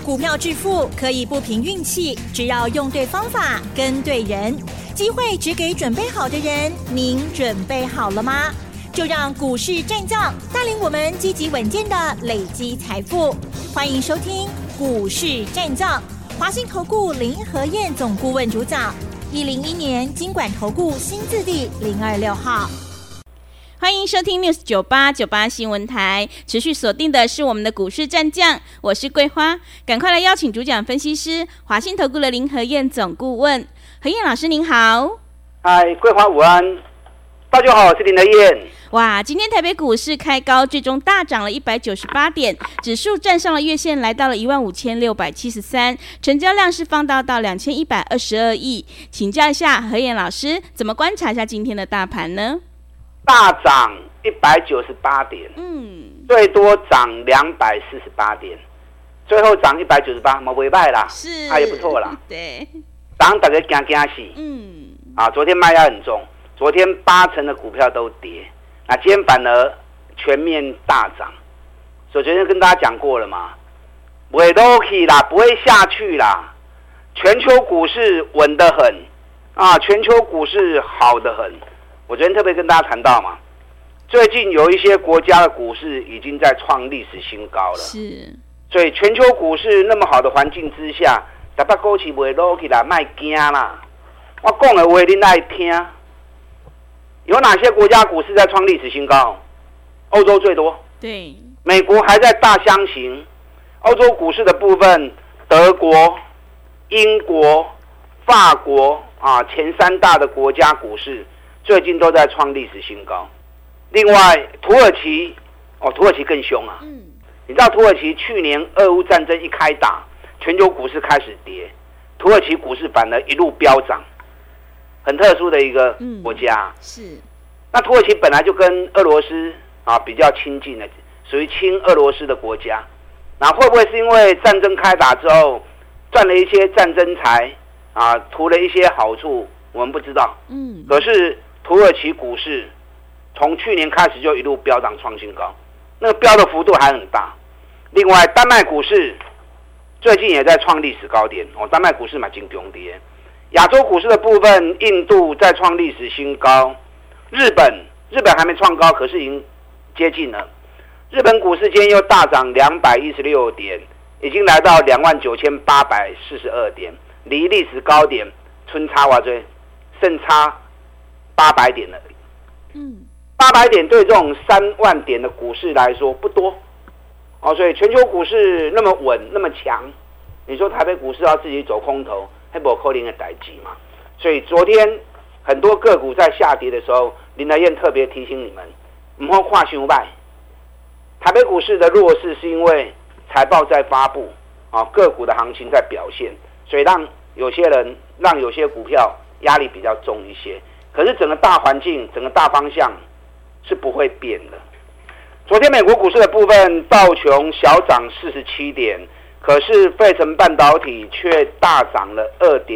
股票致富可以不凭运气，只要用对方法跟对人，机会只给准备好的人。您准备好了吗？就让股市战将带领我们积极稳健的累积财富。欢迎收听股市战将，华信投顾林和彥总顾问主讲，101年金管投顾新字第026号。 欢迎收听 News98 新闻台，持续锁定的是我们的股市战将，我是桂花，赶快来邀请主讲分析师华信投顾的林和彥总顾问。和彥老师您好。 嗨，桂花午安，大家好，我是林和彥。 哇，今天台北股市开高，最终大涨了198点，指数站上了月线，来到了15673，成交量是放大到2122亿。请教一下和彥老师，怎么观察一下今天的大盘呢？ 大涨198点，最多涨248点，最后涨198，没败啦， 是， 也不错啦。 对， 涨大家惊死，昨天卖压很重，昨天80%的股票都跌，那今天反而全面大涨，所以昨天跟大家讲过了嘛，不会落去啦，不会下去啦，全球股市稳得很啊，全球股市好得很。我昨天特别跟大家谈到嘛，最近有一些国家的股市已经在创历史新高了， 是， 所以全球股市那么好的环境之下，台北股市不会落去啦，别惊啦。我讲的话你爱听。有哪些国家股市在创历史新高？欧洲最多， 对， 美国还在大箱型。欧洲股市的部分，德国、英国、法国前3大的国家股市最近都在创历史新高。另外，土耳其更凶啊！你知道土耳其去年俄乌战争一开打，全球股市开始跌，土耳其股市反而一路飙涨，很特殊的一个国家。 是。那土耳其本来就跟俄罗斯比较亲近的，属于亲俄罗斯的国家。那会不会是因为战争开打之后赚了一些战争财图了一些好处？我们不知道。可是土耳其股市从去年开始就一路飙涨创新高，那个飙的幅度还很大。另外，丹麦股市最近也在创历史高点丹麦股市蛮劲强跌。亚洲股市的部分，印度在创历史新高，日本还没创高，可是已经接近了。日本股市今天又大涨216点，已经来到29842点，离历史高点春差哇追，剩差800点了。800点对这种3万点的股市来说不多所以全球股市那么稳那么强，你说台北股市要自己走空头，还没可能的代志嘛？所以昨天很多个股在下跌的时候，林和彥特别提醒你们，不要看太坏。台北股市的弱势是因为财报在发布个股的行情在表现，所以让有些股票压力比较重一些。可是整个大环境、整个大方向是不会变的。昨天美国股市的部分，道琼小涨47点，可是费城半导体却大涨了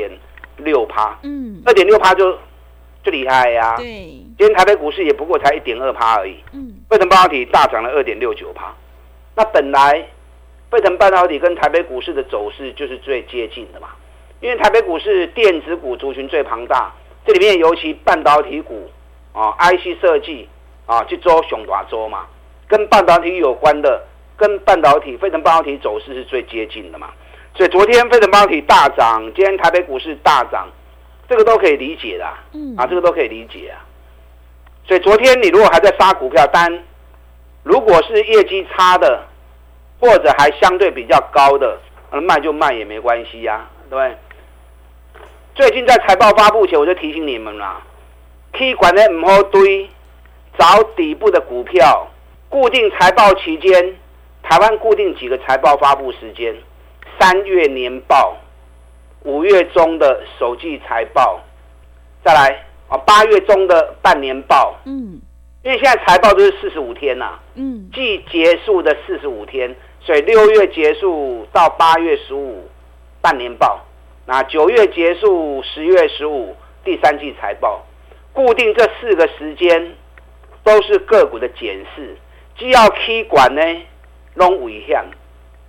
2.6%，2.6%就厉害呀。 对， 今天台北股市也不过才1.2%而已，费城半导体大涨了2.69%。那本来费城半导体跟台北股市的走势就是最接近的嘛，因为台北股市电子股族群最庞大，这里面尤其半导体股IC 设计这周熊大周嘛，跟半导体有关的，跟费城半导体走势是最接近的嘛。所以昨天费城半导体大涨，今天台北股市大涨，这个都可以理解的这个都可以理解所以昨天你如果还在杀股票单，如果是业绩差的，或者还相对比较高的，卖就卖也没关系对不对？最近在财报发布前，我就提醒你们啦，可以管的不好堆，找底部的股票，固定财报期间，台湾固定几个财报发布时间，3月年报，5月中的首季财报，再来8月中的半年报，因为现在财报都是45天季结束的45天，所以6月结束到8月15半年报，那9月结束10月15第3季财报，固定这4个时间都是个股的检视，只要起管呢，拢危险。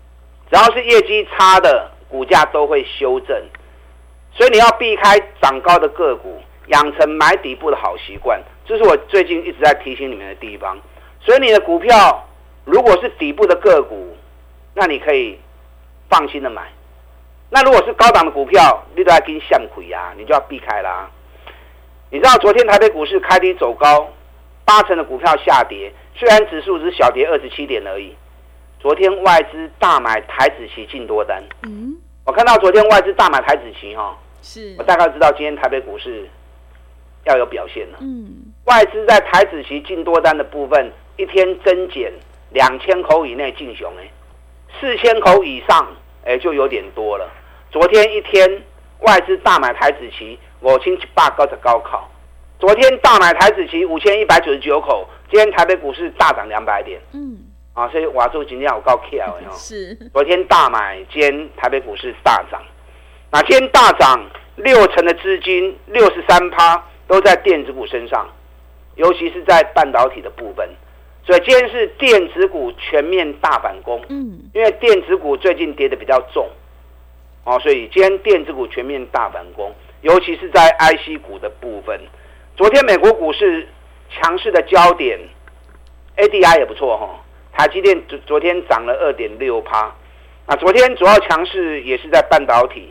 只要是业绩差的，股价都会修正。所以你要避开涨高的个股，养成买底部的好习惯，这是我最近一直在提醒你们的地方。所以你的股票如果是底部的个股，那你可以放心的买。那如果是高档的股票，你都要跟向亏啊，你就要避开啦。你知道昨天台北股市开低走高，8成的股票下跌，虽然指数只是小跌27点而已。昨天外资大买台指期进多单，我看到昨天外资大买台指期我大概知道今天台北股市要有表现了。外资在台指期进多单的部分，一天增减2000口以内进熊，4000口以上就有点多了。昨天一天外资大买台指期5199口，昨天大买台指期5199口，今天台北股市大涨200点。所以瓦数今天有够巧的是， 昨天大买，今天台北股市大涨。那今天大涨，6成的资金63%都在电子股身上，尤其是在半导体的部分。所以今天是电子股全面大反攻。因为电子股最近跌得比较重，所以今天电子股全面大反攻，尤其是在 IC 股的部分。昨天美国股市强势的焦点 ，ADR 也不错台积电昨天涨了2.6%，那昨天主要强势也是在半导体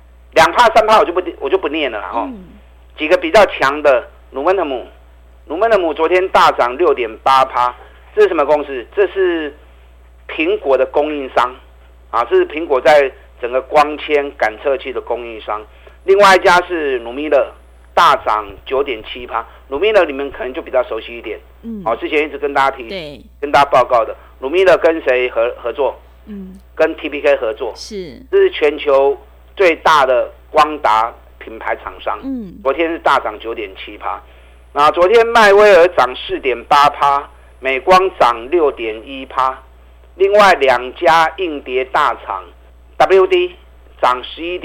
，2%、3%我就不念了啦几个比较强的鲁门特姆昨天大涨6.8%，这是什么公司？这是苹果的供应商这是苹果在整个光纤感测器的供应商。另外一家是努米勒，大涨9.7%。努米勒你们可能就比较熟悉一点，之前一直跟大家跟大家报告的，努米勒跟谁合作？跟 TPK 合作，这是全球最大的光达品牌厂商。昨天是大涨9.7%。那昨天迈威尔涨4.8%，美光涨6.1%。另外2家硬碟大厂 WD 涨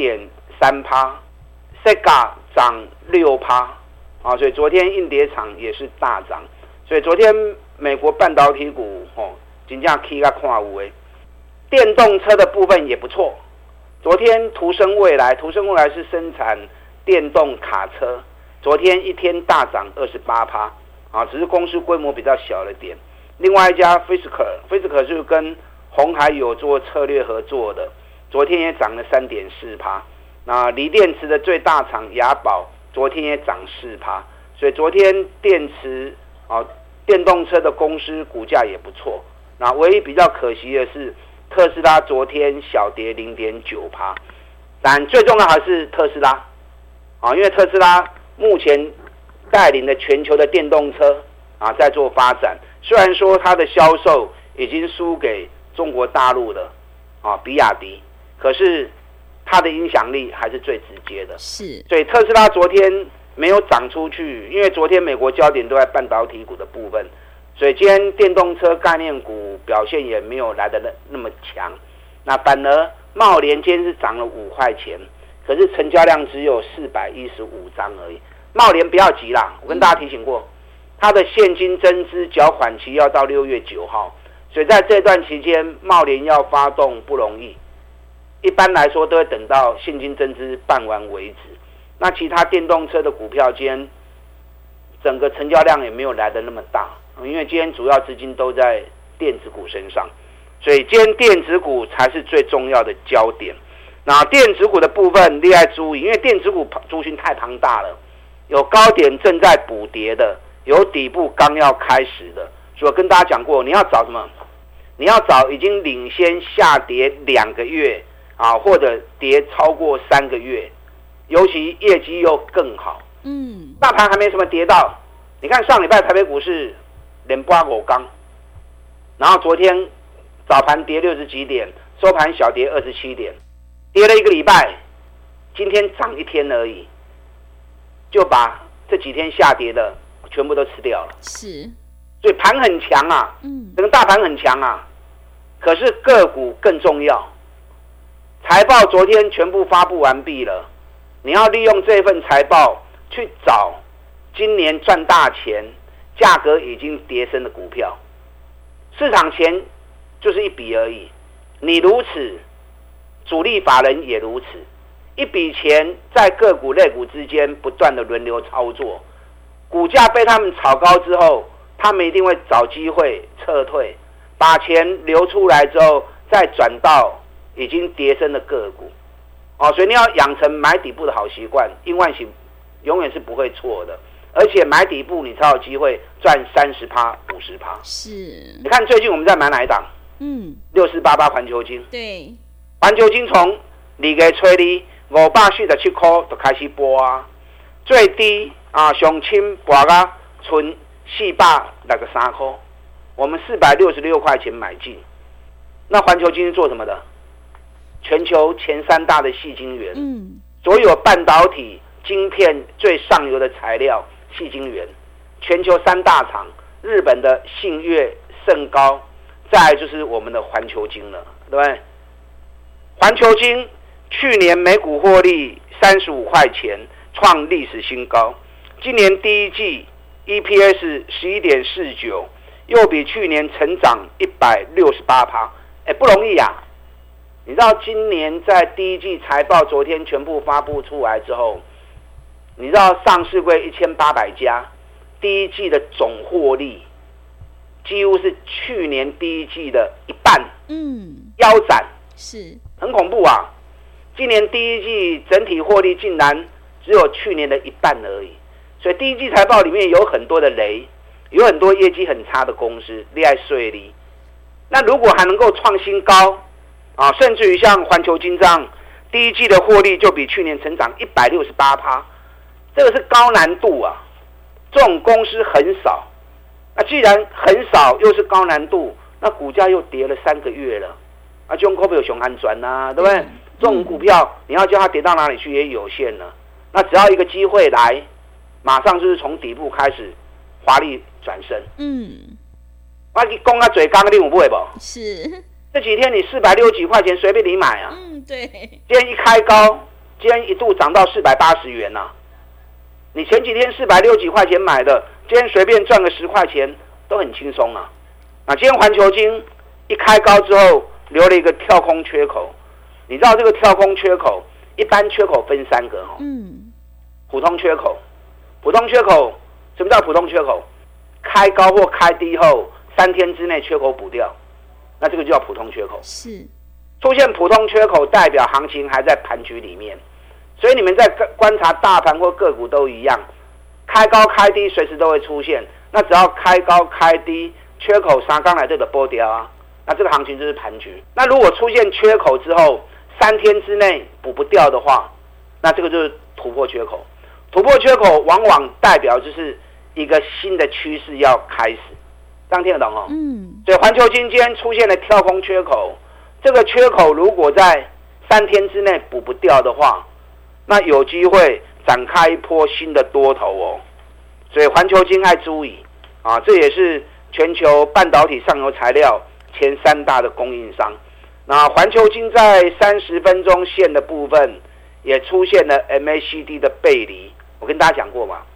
11.3%，Sega 涨6%。所以昨天硬碟厂也是大涨。所以昨天美国半导体股真的起到看有的。电动车的部分也不错。昨天途胜未来是生产电动卡车，昨天一天大涨28%，只是公司规模比较小了点。另外一家 Fisker 是跟鸿海有做策略合作的，昨天也涨了3.4%。那锂电池的最大厂雅宝昨天也涨4%，所以昨天电动车的公司股价也不错。那唯一比较可惜的是特斯拉昨天小跌0.9%，但最重要还是特斯拉因为特斯拉目前带领的全球的电动车在做发展。虽然说它的销售已经输给中国大陆的比亚迪，可是它的影响力还是最直接的。所以特斯拉昨天没有涨出去，因为昨天美国焦点都在半导体股的部分，所以今天电动车概念股表现也没有来得那么强。那反而茂联今天是涨了5块钱，可是成交量只有415张而已。茂联不要急啦，我跟大家提醒过，它的现金增资缴款期要到6月9号，所以在这段期间茂联要发动不容易。一般来说都会等到现金增资办完为止。那其他电动车的股票今天整个成交量也没有来得那么大，因为今天主要资金都在电子股身上，所以今天电子股才是最重要的焦点。那电子股的部分你要注意，因为电子股族群太庞大了，有高点正在补跌的，有底部刚要开始的。所以我跟大家讲过，你要找什么？你要找已经领先下跌2个月或者跌超过3个月，尤其业绩又更好。大盘还没什么跌到，你看上礼拜台北股市连8股刚，然后昨天早盘跌60几点，收盘小跌27点，跌了1个礼拜，今天涨1天而已，就把这几天下跌的全部都吃掉了。所以盘很强整个大盘很强可是个股更重要。财报昨天全部发布完毕了，你要利用这份财报去找今年赚大钱、价格已经跌升的股票。市场钱就是一笔而已， 你如此，主力法人也如此，一笔钱在个股类股之间不断的轮流操作，股价被他们炒高之后，他们一定会找机会撤退，把钱流出来之后再转到已经跌升的个股。所以你要养成买底部的好习惯，英万型永远是不会错的，而且买底部你才有机会赚30%、50%。 是， 你看最近我们在买哪一档？6488环球金。 对， 环球金从2月初2 547块就开始播啊，最低上清博到存463块，我们466块钱买进。那环球金是做什么的？全球前3大的矽晶圆，所有半导体晶片最上游的材料矽晶圆，全球3大厂，日本的信越、盛高，再来就是我们的环球晶了，对不对？环球晶去年每股获利35块钱，创历史新高。今年第一季 EPS 11.49，又比去年成长168%，不容易啊！你知道今年在第一季财报昨天全部发布出来之后，你知道上市柜1800家，第一季的总获利几乎是去年第一季的一半，腰斩， 是很恐怖啊！今年第一季整体获利竟然只有去年的一半而已，所以第一季财报里面有很多的雷，有很多业绩很差的公司，厉害税利。那如果还能够创新高甚至于像环球金这样，第一季的获利就比去年成长168%，这个是高难度啊！这种公司很少。那既然很少，又是高难度，那股价又跌了3个月了，这种股票有熊安转啊，对不对？这种股票你要叫它跌到哪里去也有限了。那只要一个机会来，马上就是从底部开始华丽转身。我跟你讲啊，最刚你有买不？ 是。 这几天你460几块钱随便你买啊。 对。 今天一开高，今天一度涨到480元啊。你前几天460几块钱买的，今天随便赚个10块钱都很轻松啊。今天环球金一开高之后留了一个跳空缺口，你知道这个跳空缺口一般缺口分3个普通缺口，什么叫普通缺口？开高或开低后3天之内缺口补掉，那这个就叫普通缺口。 是出现普通缺口，代表行情还在盘局里面。所以你们在观察大盘或个股都一样，开高开低随时都会出现。那只要开高开低，缺口3刚来这个波掉啊，那这个行情就是盘局。那如果出现缺口之后3天之内补不掉的话，那这个就是突破缺口。突破缺口往往代表就是一个新的趋势要开始，这样听得懂哦？所以环球金今天出现了跳空缺口，这个缺口如果在3天之内补不掉的话，那有机会展开一波新的多头哦。所以环球金爱注意这也是全球半导体上游材料前3大的供应商。那环球金在30分钟线的部分也出现了 MACD 的背离，我跟大家讲过嘛，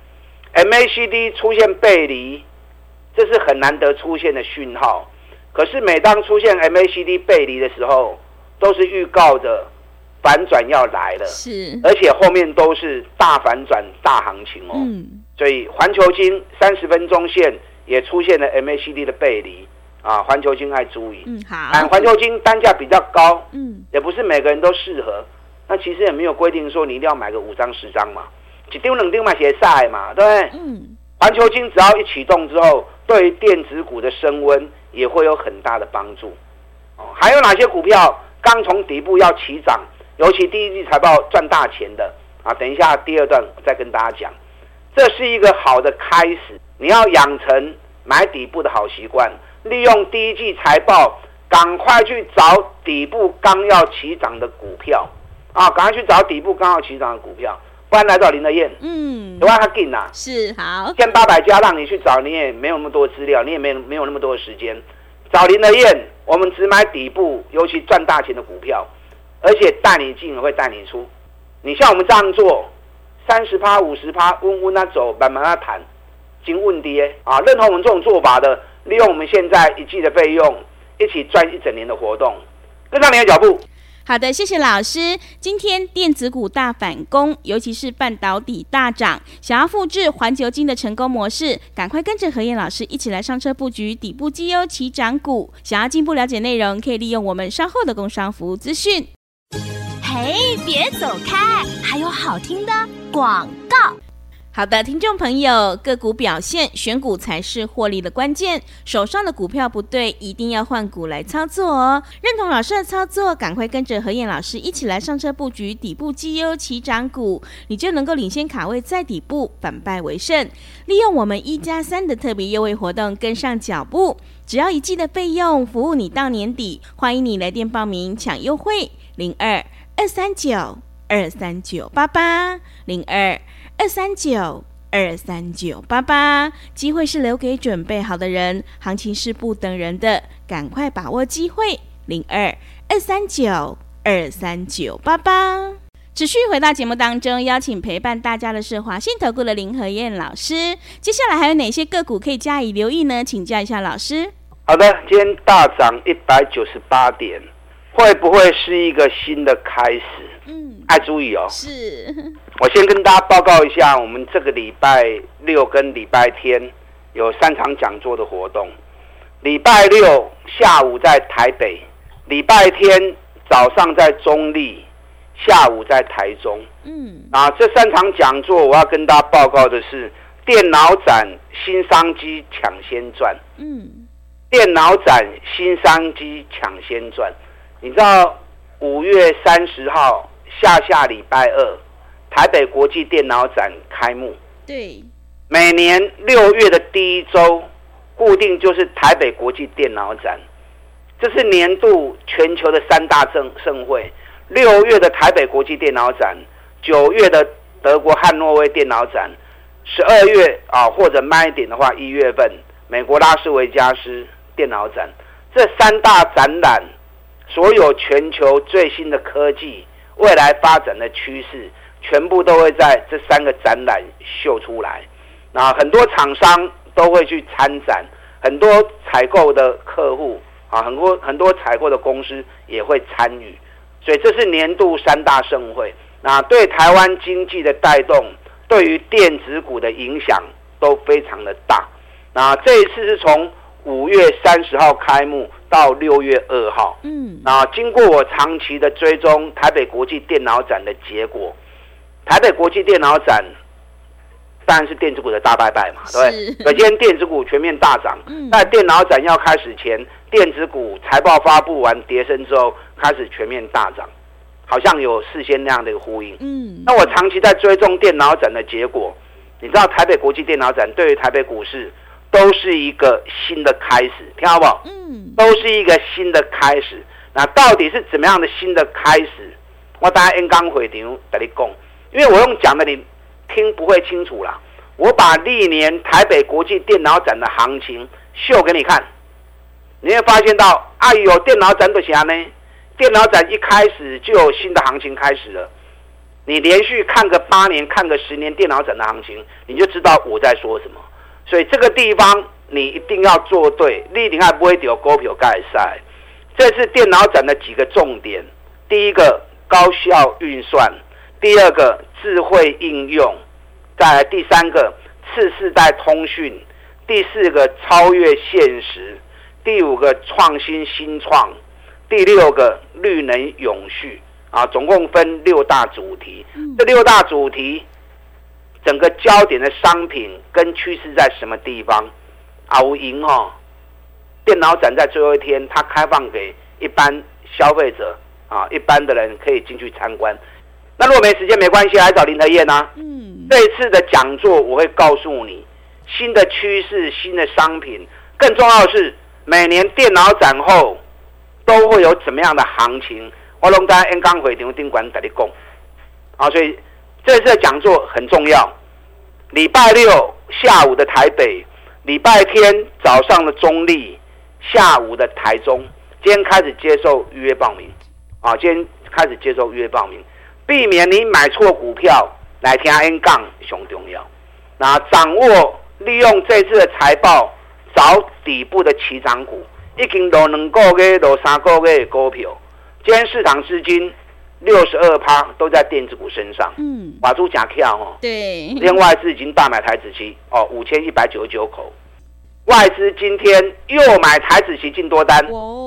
MACD 出现背离，这是很难得出现的讯号。可是每当出现 MACD 背离的时候，都是预告着反转要来了，而且后面都是大反转大行情哦。所以环球金30分钟线也出现了 MACD 的背离环球金爱注意。好。环球金单价比较高，也不是每个人都适合。那其实也没有规定说你一定要买个5张10张嘛，一张2张嘛写晒嘛，对不对？环球金只要一启动之后，对于电子股的升温也会有很大的帮助。还有哪些股票刚从底部要起涨，尤其第一季财报赚大钱的等一下第2段我再跟大家讲。这是一个好的开始，你要养成买底部的好习惯，利用第一季财报赶快去找底部刚要起涨的股票赶快去找底部刚要起涨的股票，不然来找林德燕有办法紧啊。 是好 ，1800家让你去找，你也没有那么多资料，你也没有那么多的时间。找林德燕，我们只买底部，尤其赚大钱的股票，而且带你进也会带你出。你像我们这样做，30%、50%，温温走，慢慢谈，经问跌认同我们这种做法的，利用我们现在1季的费用，一起赚1整年的活动， 跟上你的脚步。 好的，谢谢老师。今天电子股大反攻，尤其是半导体大涨，想要复制环球金的成功模式，赶快跟着何燕老师一起来上车布局底部绩优起涨股。想要进一步了解内容，可以利用我们稍后的工商服务资讯。 嘿，别走开，还有好听的广告。 好的，听众朋友，个股表现，选股才是获利的关键。手上的股票不对，一定要换股来操作哦。认同老师的操作，赶快跟着何燕老师一起来上车布局底部绩优起涨股，你就能够领先卡位在底部，反败为胜。利用我们1+3的特别优惠活动，跟上脚步，只要1季的费用，服务你到年底。欢迎你来电报名抢优惠，02-239-23988，02-239-23988，机会是留给准备好的人，行情是不等人的，赶快把握机会，02-239-23988。持续回到节目当中，邀请陪伴大家的是华信投顾的林和燕老师。接下来还有哪些个股可以加以留意呢？请教一下老师。 好的，今天大涨198点，会不会是一个新的开始？爱注意哦。 是。 我先跟大家报告一下，我们这个礼拜六跟礼拜天有3场讲座的活动。礼拜六下午在台北，礼拜天早上在中立，下午在台中。这3场讲座我要跟大家报告的是电脑展新商机抢先赚。电脑展新商机抢先赚。你知道5月30号下礼拜二，台北国际电脑展开幕。 对， 每年6月的第一周，固定就是台北国际电脑展，这是年度全球的3大盛会。6月的台北国际电脑展，9月的德国汉诺威电脑展，12月或者慢一点的话，1月份美国拉斯维加斯电脑展。这3大展览，所有全球最新的科技、未来发展的趋势，全部都会在这3个展览秀出来。那很多厂商都会去参展，很多采购的客户很多采购的公司也会参与，所以这是年度3大盛会。那对台湾经济的带动，对于电子股的影响都非常的大。那这一次是从5月30号开幕到6月2号。那经过我长期的追踪台北国际电脑展的结果，台北国际电脑展当然是电子股的大拜拜嘛，对不对？可见电子股全面大涨。在电脑展要开始前，电子股财报发布完跌升之后，开始全面大涨，好像有事先那样的一个呼应。那我长期在追踪电脑展的结果，你知道台北国际电脑展对于台北股市都是一个新的开始，听好不好？都是一个新的开始。那到底是怎么样的新的开始？我大家刚会场跟你讲，因为我用讲的你听不会清楚啦。我把历年台北国际电脑展的行情秀给你看，你会发现到，有电脑展的啥呢？电脑展一开始就有新的行情开始了。你连续看个8年、看个10年电脑展的行情，你就知道我在说什么。所以这个地方你一定要做对，你一定还不会丢股票盖赛。这是电脑展的几个重点：第一个高效运算，第二个智慧应用，再来第3个次世代通讯，第4个超越现实，第5个创新新创，第6个绿能永续。总共分6大主题。这6大主题整个焦点的商品跟趋势在什么地方？有赢电脑展在最后一天，它开放给一般消费者一般的人可以进去参观。那如果没时间没关系，来找林和燕啊。这一次的讲座我会告诉你新的趋势、新的商品，更重要的是每年电脑展后都会有怎么样的行情。我拢在演讲会场顶管跟你讲，所以这次的讲座很重要。礼拜六下午的台北，礼拜天早上的中立，下午的台中。今天开始接受预约报名，今天开始接受预约报名，避免你买错股票来听演讲上重要。那掌握利用这次的财报找底部的起涨股，已经落2个月、落3个月的股票。 今天市场资金62%都在电子股身上。瓦猪假跳哦。对。今天外资已经大买台指期5199口，外资今天又买台指期进多单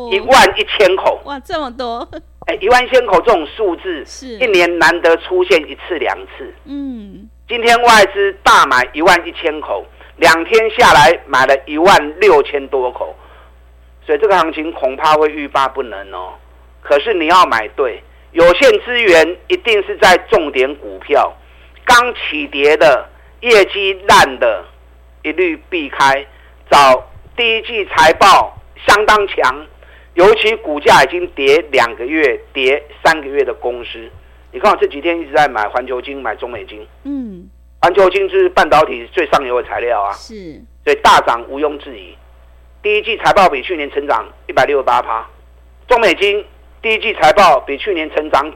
11000口。 哇，这么多 ！11000口这种数字，是一年难得出现1次2次。今天外资大买11000口，2天下来买了16000多口，所以这个行情恐怕会欲罢不能哦。可是你要买对，有限资源一定是在重点股票，刚起跌的、业绩烂的，一律避开。找第一季财报相当强，尤其股价已经跌2个月、跌3个月的公司。你看我这几天一直在买环球晶、买中美晶。环球晶就是半导体最上游的材料啊，是，所以大涨毋庸置疑。第一季财报比去年成长168%，中美晶第一季财报比去年成长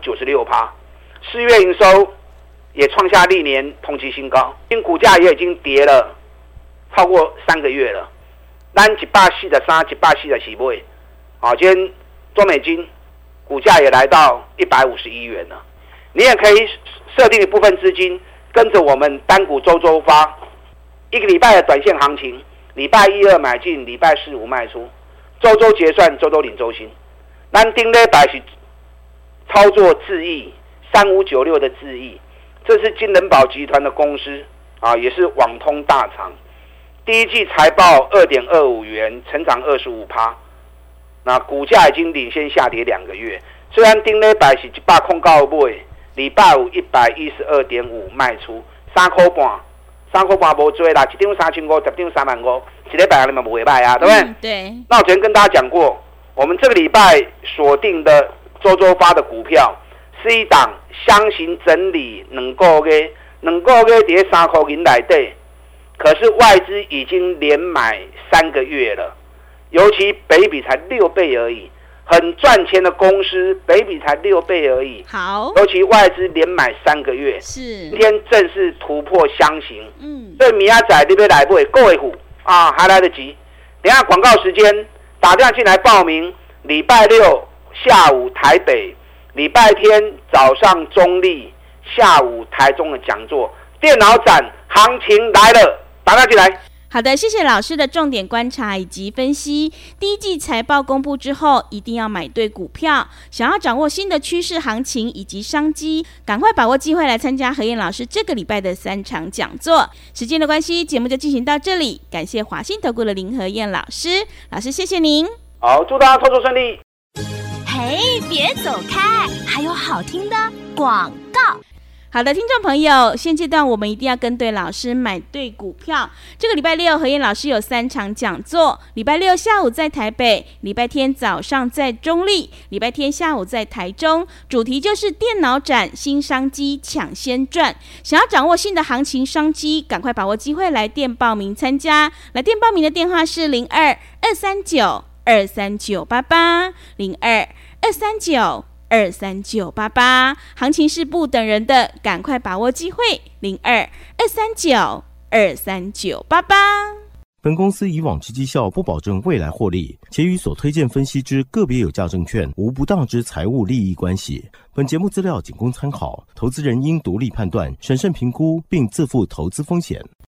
96%，4月营收也创下历年同期新高，股价也已经跌了超过3个月了。咱143、144买，今天中美晶股价也来到151元了。你也可以设定一部分资金，跟着我们单股周周发，一个礼拜的短线行情，礼拜1、2买进，礼拜4、5卖出，周周结算，周周领周薪。咱顶礼拜是操作智易3596的智易，这是金人宝集团的公司也是网通大厂。第一季财报2.25元，成长25%，那股价已经领先下跌2个月。虽然顶礼拜是109买，礼拜5 112.5卖出，3块半无追啦，一张3500，10张35000，一礼拜你们不会卖啊，对不对？对。那我昨天跟大家讲过，我们这个礼拜锁定的周周发的股票，是一档箱型整理2个月在3块钱内底。可是外资已经连买3个月了，尤其本比才6倍而已，很赚钱的公司本比才6倍而已。好，尤其外资连买3个月，是今天正式突破箱型。所以明仔你要来买，够会付还来得及。等一下广告时间，打电话进来报名。礼拜6下午台北，礼拜天早上中立，下午台中的讲座，电脑展行情来了。打大进来。 好的，谢谢老师的重点观察以及分析。第一季财报公布之后，一定要买对股票。想要掌握新的趋势行情以及商机，赶快把握机会来参加何燕老师这个礼拜的3场讲座。时间的关系，节目就进行到这里。感谢华信投顾的林何燕老师，老师谢谢您。 好，祝大家操作顺利。 嘿，别走开，还有好听的广告。 好的，听众朋友，现阶段我们一定要跟对老师，买对股票。这个礼拜6，何燕老师有3场讲座。礼拜6下午在台北，礼拜天早上在中立，礼拜天下午在台中。主题就是电脑展新商机，抢先赚。想要掌握新的行情商机，赶快把握机会来电报名参加。来电报名的电话是02-239-23988 02-239-23988，行情是不等人的，赶快把握机会。02-239-23988。 本公司以往之绩效不保证未来获利，且与所推荐分析之个别有价证券无不当之财务利益关系。本节目资料仅供参考，投资人应独立判断、审慎评估，并自负投资风险。